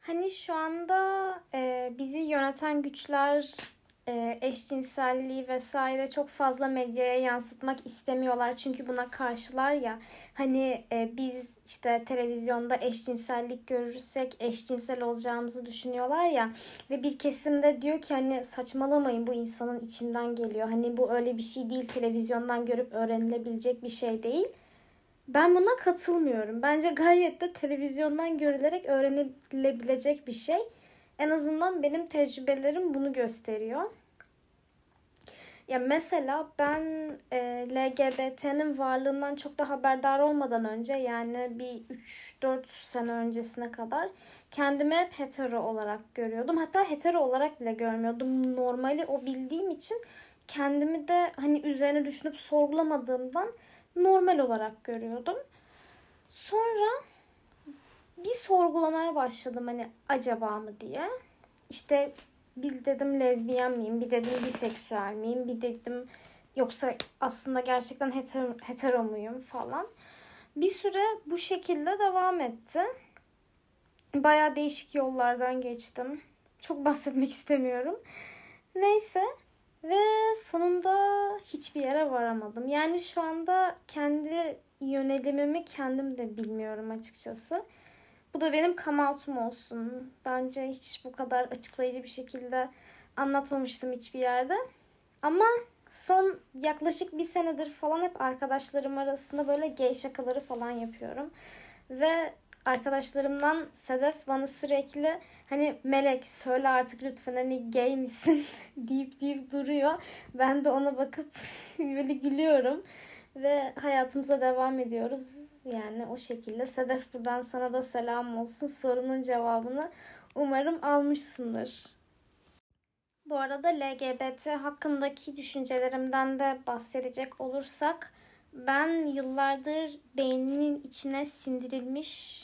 Hani şu anda bizi yöneten güçler eşcinselliği vesaire çok fazla medyaya yansıtmak istemiyorlar. Çünkü buna karşılar ya. Hani biz işte televizyonda eşcinsellik görürsek eşcinsel olacağımızı düşünüyorlar ya. Ve bir kesimde diyor ki hani saçmalamayın, bu insanın içinden geliyor. Hani bu öyle bir şey değil, televizyondan görüp öğrenilebilecek bir şey değil. Ben buna katılmıyorum. Bence gayet de televizyondan görülerek öğrenilebilecek bir şey. En azından benim tecrübelerim bunu gösteriyor. Ya mesela ben LGBT'nin varlığından çok da haberdar olmadan önce, yani bir 3-4 sene öncesine kadar kendimi hep hetero olarak görüyordum. Hatta hetero olarak bile görmüyordum. Normali o bildiğim için kendimi de hani üzerine düşünüp sorgulamadığımdan normal olarak görüyordum. Sonra bir sorgulamaya başladım hani acaba mı diye. İşte bir dedim lezbiyen miyim? Bir dedim biseksüel miyim? Bir dedim yoksa aslında gerçekten hetero muyum falan. Bir süre bu şekilde devam etti. Bayağı değişik yollardan geçtim. Çok bahsetmek istemiyorum. Neyse, ve sonunda hiçbir yere varamadım. Yani şu anda kendi yönelimimi kendim de bilmiyorum açıkçası. Bu da benim come out'um olsun. Daha önce hiç bu kadar açıklayıcı bir şekilde anlatmamıştım hiçbir yerde. Ama son yaklaşık bir senedir falan hep arkadaşlarım arasında böyle gay şakaları falan yapıyorum. Ve arkadaşlarımdan Sedef bana sürekli hani Melek söyle artık lütfen hani gay misin deyip duruyor. Ben de ona bakıp böyle gülüyorum. Ve hayatımıza devam ediyoruz. Yani o şekilde. Sedef, buradan sana da selam olsun. Sorunun cevabını umarım almışsındır. Bu arada LGBT hakkındaki düşüncelerimden de bahsedecek olursak, ben yıllardır beynimin içine sindirilmiş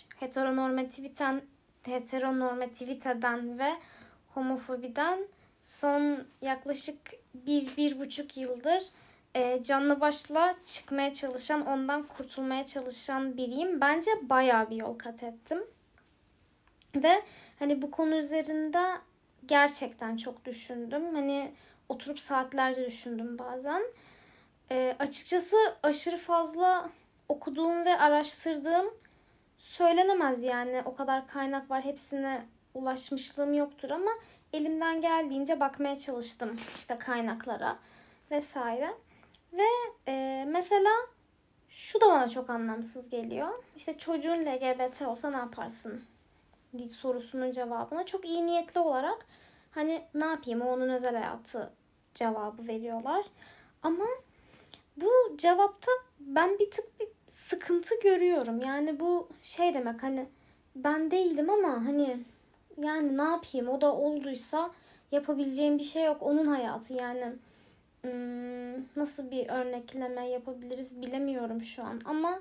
heteronormativiteden ve homofobiden son yaklaşık 1-1,5 yıldır canlı başla çıkmaya çalışan, ondan kurtulmaya çalışan biriyim. Bence bayağı bir yol kat ettim. Ve hani bu konu üzerinde gerçekten çok düşündüm. Hani oturup saatlerce düşündüm bazen. Açıkçası aşırı fazla okuduğum ve araştırdığım söylenemez yani. O kadar kaynak var, hepsine ulaşmışlığım yoktur ama elimden geldiğince bakmaya çalıştım işte kaynaklara vesaire. Ve mesela şu da bana çok anlamsız geliyor. İşte çocuğun LGBT olsa ne yaparsın sorusunun cevabına çok iyi niyetli olarak hani ne yapayım, o onun özel hayatı cevabı veriyorlar. Ama bu cevapta ben bir tık bir sıkıntı görüyorum. Yani bu şey demek, hani ben değilim ama hani yani ne yapayım, o da olduysa yapabileceğim bir şey yok, onun hayatı yani. Nasıl bir örnekleme yapabiliriz bilemiyorum şu an ama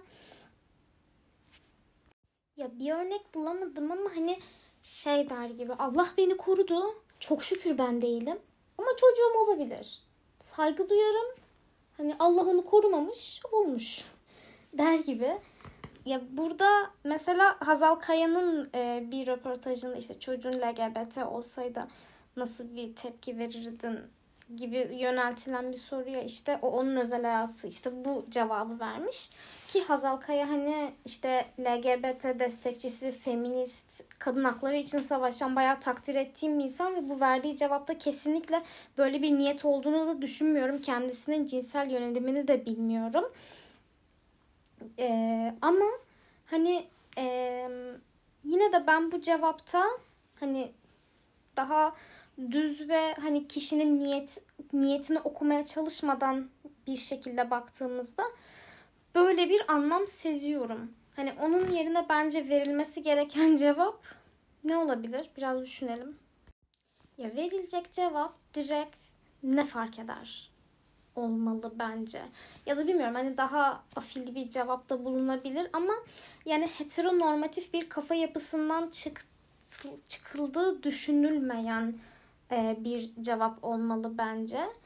ya bir örnek bulamadım ama hani şey der gibi, Allah beni korudu, çok şükür ben değilim ama çocuğum olabilir. Saygı duyarım. Hani Allah onu korumamış, olmuş der gibi. Ya burada mesela Hazal Kaya'nın bir röportajında işte çocuğun LGBT olsaydı nasıl bir tepki verirdin gibi yöneltilen bir soruya işte o onun özel hayatı, işte bu cevabı vermiş. Ki Hazal Kaya hani işte LGBT destekçisi, feminist, kadın hakları için savaşan, bayağı takdir ettiğim bir insan ve bu verdiği cevapta kesinlikle böyle bir niyet olduğunu da düşünmüyorum. Kendisinin cinsel yönelimini de bilmiyorum. Ama hani yine de ben bu cevapta hani daha düz ve hani kişinin niyetini okumaya çalışmadan bir şekilde baktığımızda böyle bir anlam seziyorum. Hani onun yerine bence verilmesi gereken cevap ne olabilir? Biraz düşünelim. Ya verilecek cevap direkt ne fark eder olmalı bence. Ya da bilmiyorum, hani daha afilli bir cevapta bulunabilir ama yani heteronormatif bir kafa yapısından çıkıldığı düşünülmeyen bir cevap olmalı bence.